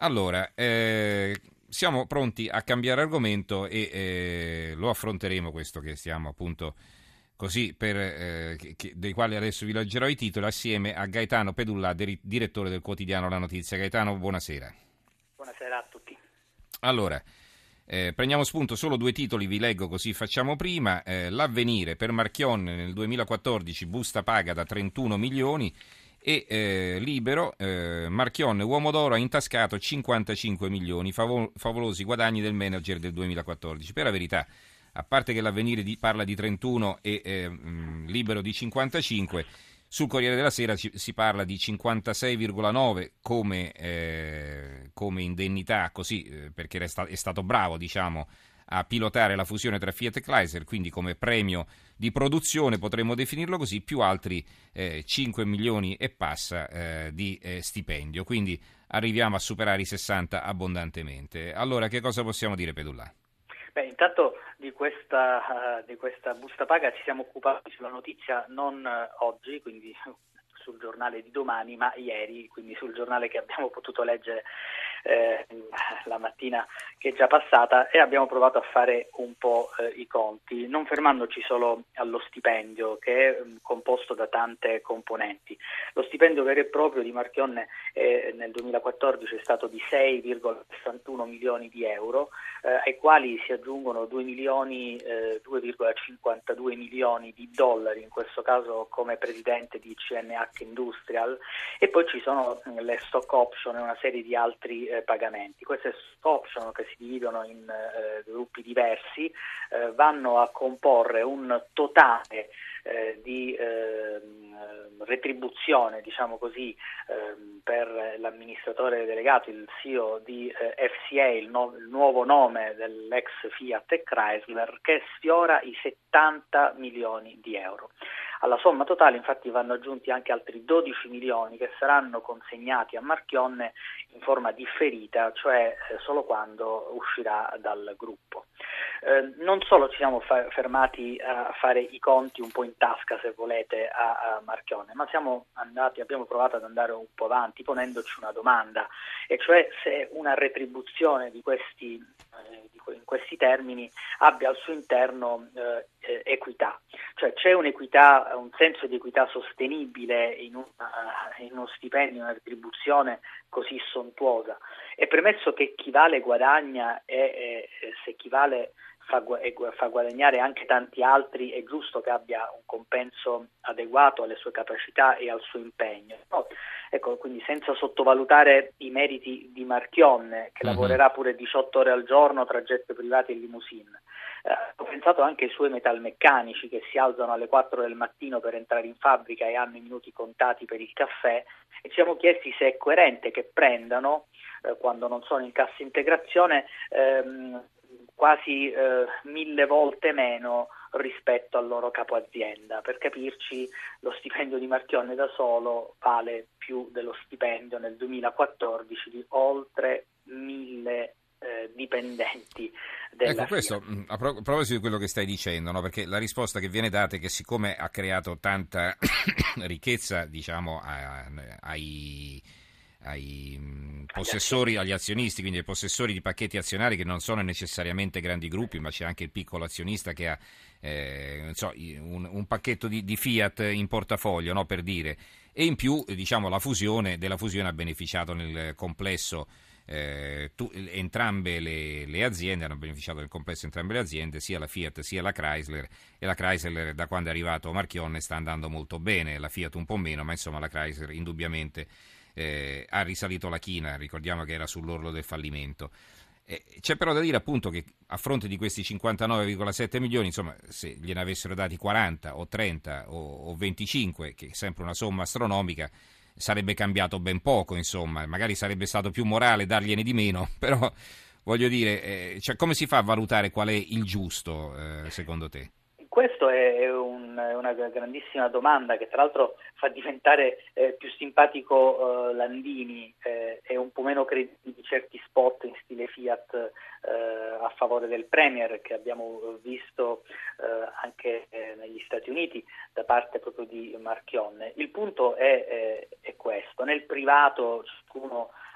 Allora, siamo pronti a cambiare argomento e lo affronteremo questo che stiamo appunto così dei quali adesso vi leggerò i titoli assieme a Gaetano Pedulla, direttore del quotidiano La Notizia. Gaetano, buonasera. Buonasera a tutti. Allora, prendiamo spunto, solo due titoli vi leggo così facciamo prima. L'Avvenire: per Marchionne nel 2014 busta paga da 31 milioni. E Libero: Marchionne, uomo d'oro, ha intascato 55 milioni, favolosi guadagni del manager del 2014. Per la verità, a parte che l'Avvenire parla di 31 e Libero di 55, sul Corriere della Sera si parla di 56,9 come indennità, così perché è stato bravo, diciamo, a pilotare la fusione tra Fiat e Chrysler, quindi come premio di produzione potremmo definirlo così, più altri 5 milioni e passa di stipendio, quindi arriviamo a superare i 60 abbondantemente. Allora, che cosa possiamo dire, Pedulla? Beh, intanto di questa busta paga ci siamo occupati sulla notizia non oggi, quindi sul giornale di domani, ma ieri, quindi sul giornale che abbiamo potuto leggere la mattina che è già passata, e abbiamo provato a fare un po' i conti, non fermandoci solo allo stipendio, che è composto da tante componenti. Lo stipendio vero e proprio di Marchionne nel 2014 è stato di 6,61 milioni di euro, ai quali si aggiungono 2,52 milioni di dollari, in questo caso come presidente di CNH Industrial, e poi ci sono le stock option e una serie di altri pagamenti. Queste stock option, che si dividono in gruppi diversi, vanno a comporre un totale di retribuzione, diciamo così, per l'amministratore delegato, il CEO di FCA, il nuovo nome dell'ex Fiat e Chrysler, che sfiora i 70 milioni di euro. Alla somma totale infatti vanno aggiunti anche altri 12 milioni che saranno consegnati a Marchionne in forma differita, cioè solo quando uscirà dal gruppo. Non solo ci siamo fermati a fare i conti un po' in tasca, se volete, a Marchionne, ma abbiamo provato ad andare un po' avanti ponendoci una domanda, e cioè se una retribuzione in questi termini abbia al suo interno equità, cioè c'è un'equità, un senso di equità sostenibile in uno stipendio, una retribuzione così sontuosa. E premesso che chi vale guadagna e se chi vale fa guadagnare anche tanti altri, è giusto che abbia un compenso adeguato alle sue capacità e al suo impegno. No? Ecco, quindi senza sottovalutare i meriti di Marchionne, che lavorerà pure 18 ore al giorno tra jet privati e limousine. Ho pensato anche ai suoi metalmeccanici che si alzano alle 4 del mattino per entrare in fabbrica e hanno i minuti contati per il caffè, e ci siamo chiesti se è coerente che prendano, quando non sono in cassa integrazione, quasi 1000 volte meno rispetto al loro capo azienda. Per capirci, lo stipendio di Marchionne da solo vale più dello stipendio nel 2014 di oltre 1000 dipendenti della Ecco, questo Fiat. a proposito di quello che stai dicendo, no? Perché la risposta che viene data è che siccome ha creato tanta ricchezza, diciamo, ai possessori, agli azionisti, quindi ai possessori di pacchetti azionari che non sono necessariamente grandi gruppi, ma c'è anche il piccolo azionista che ha un pacchetto di Fiat in portafoglio, no, per dire, e in più diciamo della fusione ha beneficiato nel complesso. Entrambe le aziende hanno beneficiato del complesso, entrambe le aziende, sia la Fiat sia la Chrysler, e la Chrysler, da quando è arrivato Marchionne, sta andando molto bene, la Fiat un po' meno, ma insomma la Chrysler indubbiamente ha risalito la china, ricordiamo che era sull'orlo del fallimento. C'è però da dire appunto che a fronte di questi 59,7 milioni, insomma, se gliene avessero dati 40 o 30 o 25, che è sempre una somma astronomica, sarebbe cambiato ben poco, insomma, magari sarebbe stato più morale dargliene di meno, però voglio dire, cioè, come si fa a valutare qual è il giusto, secondo te? Questo è una grandissima domanda che tra l'altro fa diventare più simpatico Landini e un po' meno credibili certi spot in stile Fiat a favore del Premier che abbiamo visto anche negli Stati Uniti da parte proprio di Marchionne. Il punto è questo: nel privato ciascuno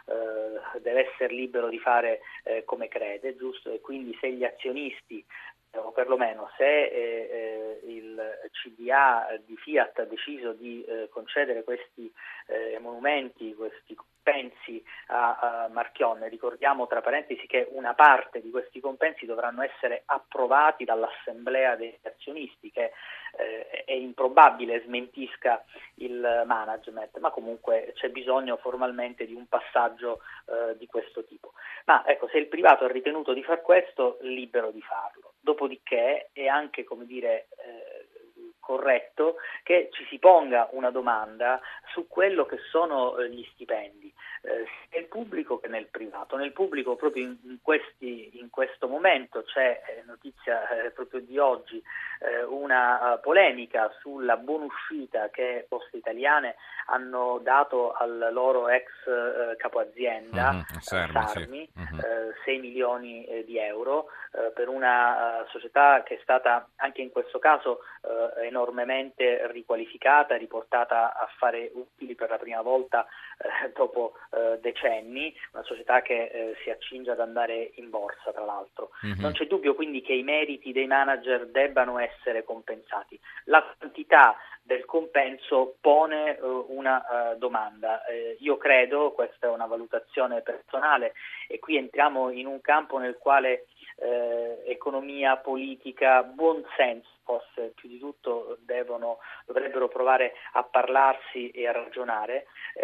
deve essere libero di fare come crede, giusto? E quindi se gli azionisti o perlomeno se il CDA di Fiat ha deciso di concedere questi emolumenti, questi compensi a Marchionne, ricordiamo tra parentesi che una parte di questi compensi dovranno essere approvati dall'assemblea degli azionisti, che è improbabile smentisca il management, ma comunque c'è bisogno formalmente di un passaggio di questo tipo. Ma ecco, se il privato ha ritenuto di far questo, libero di farlo. Dopodiché è anche, come dire, corretto che ci si ponga una domanda su quello che sono gli stipendi, sia nel pubblico che nel privato. Nel pubblico proprio in questo momento c'è notizia proprio di oggi, una polemica sulla buonuscita che Poste Italiane hanno dato al loro ex capo azienda Sarmi, 6 milioni di euro per una società che è stata anche in questo caso enormemente riqualificata, riportata a fare utili per la prima volta dopo decenni, una società che si accinge ad andare in borsa, tra l'altro. Non c'è dubbio quindi che i meriti dei manager debbano essere compensati. La quantità del compenso pone una domanda. Io credo, questa è una valutazione personale, e qui entriamo in un campo nel quale economia, politica, buon senso, forse più di tutto dovrebbero provare a parlarsi e a ragionare.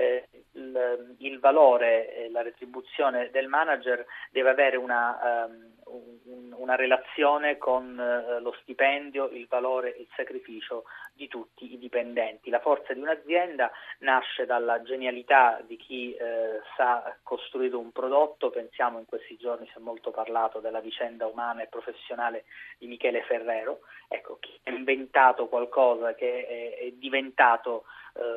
Il valore, la retribuzione del manager deve avere una relazione con lo stipendio, il valore, il sacrificio di tutti i dipendenti. La forza di un'azienda nasce dalla genialità di chi sa costruire un prodotto. Pensiamo, in questi giorni si è molto parlato della vicenda umana e professionale di Michele Ferrero. Ecco, chi ha inventato qualcosa che è diventato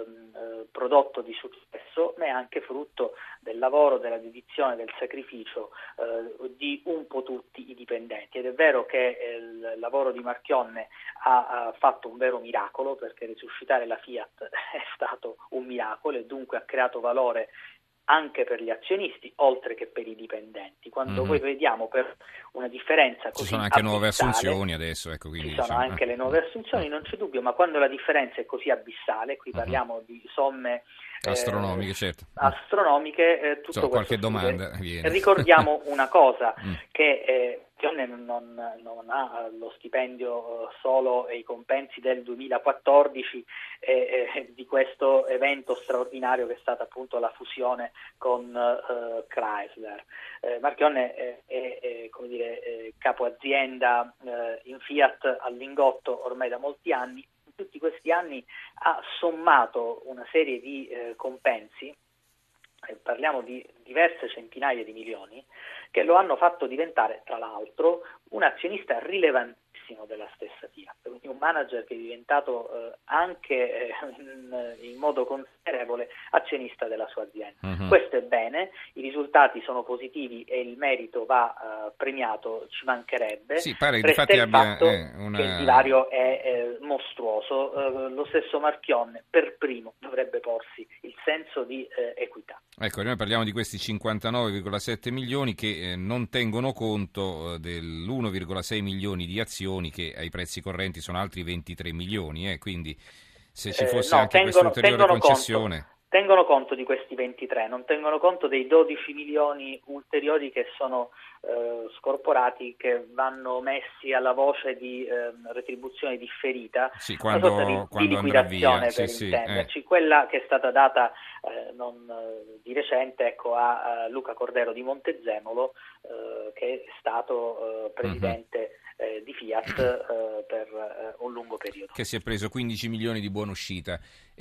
prodotto di successo, ma è anche frutto del lavoro, della dedizione, del sacrificio di un po' tutti i dipendenti. Ed è vero che il lavoro di Marchionne ha fatto un vero miracolo, perché risuscitare la Fiat è stato un miracolo e dunque ha creato valore anche per gli azionisti, oltre che per i dipendenti. Quando poi vediamo per una differenza così ci sono anche nuove abissale, assunzioni adesso, ecco, quindi ci sono diciamo, anche le nuove assunzioni, non c'è dubbio, ma quando la differenza è così abissale, qui parliamo di somme astronomiche, certo. Astronomiche, tutto so, qualche questo domanda viene. Ricordiamo una cosa, che Marchionne non ha lo stipendio solo e i compensi del 2014 di questo evento straordinario che è stata appunto la fusione con Chrysler. Marchionne è come dire, capo azienda in Fiat al Lingotto ormai da molti anni. In tutti questi anni ha sommato una serie di compensi, parliamo di diverse centinaia di milioni, che lo hanno fatto diventare, tra l'altro, un azionista rilevantissimo della stessa Fiat, quindi un manager che è diventato anche in modo considerevole azionista della sua azienda. Questo è bene, i risultati sono positivi e il merito va premiato, ci mancherebbe. Sì, pare Resta infatti il fatto che il divario è mostruoso. Lo stesso Marchionne per primo dovrebbe porsi il senso di equità. Ecco, noi parliamo di questi 59,7 milioni che non tengono conto dell'1,6 milioni di azioni che ai prezzi correnti sono altri 23 milioni, quindi se ci fosse anche questa ulteriore concessione... Tengono conto di questi 23, non tengono conto dei 12 milioni ulteriori che sono scorporati, che vanno messi alla voce di retribuzione differita, una sorta di liquidazione per intenderci, quella che è stata data di recente a Luca Cordero di Montezemolo, che è stato presidente di Fiat per un lungo periodo. Che si è preso 15 milioni di buona uscita.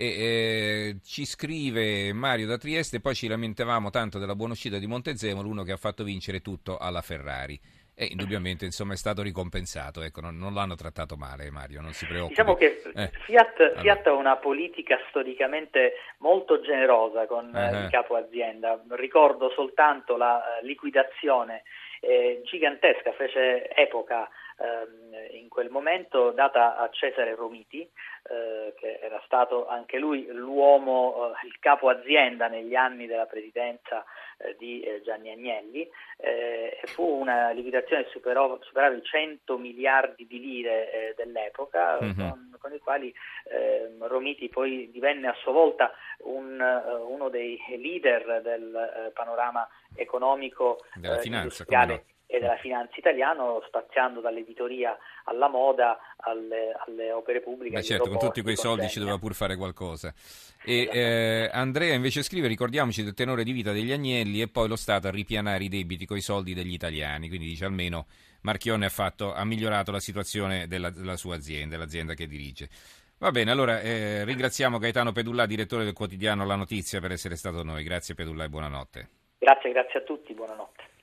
Ci scrive Mario da Trieste: poi ci lamentavamo tanto della buona uscita di Montezemolo, uno che ha fatto vincere tutto alla Ferrari. E indubbiamente insomma è stato ricompensato, ecco, non l'hanno trattato male, Mario, non si preoccupi. Diciamo che Fiat ha una politica storicamente molto generosa con il capo azienda. Ricordo soltanto la liquidazione gigantesca, fece epoca in quel momento, data a Cesare Romiti, che era stato anche lui l'uomo, il capo azienda negli anni della presidenza di Gianni Agnelli. Fu una liquidazione che superava i 100 miliardi di lire dell'epoca, con i quali Romiti poi divenne a sua volta uno dei leader del panorama economico, della finanza, industriale e della finanza italiano, spaziando dall'editoria alla moda alle opere pubbliche. Certo, con tutti quei soldi ci doveva pur fare qualcosa. E Andrea invece scrive: ricordiamoci del tenore di vita degli Agnelli e poi lo Stato a ripianare i debiti coi soldi degli italiani. Quindi dice almeno Marchionne ha migliorato la situazione della sua azienda, l'azienda che dirige. Va bene, allora ringraziamo Gaetano Pedulla, direttore del quotidiano La Notizia, per essere stato con noi. Grazie Pedulla e buonanotte. Grazie a tutti, buonanotte.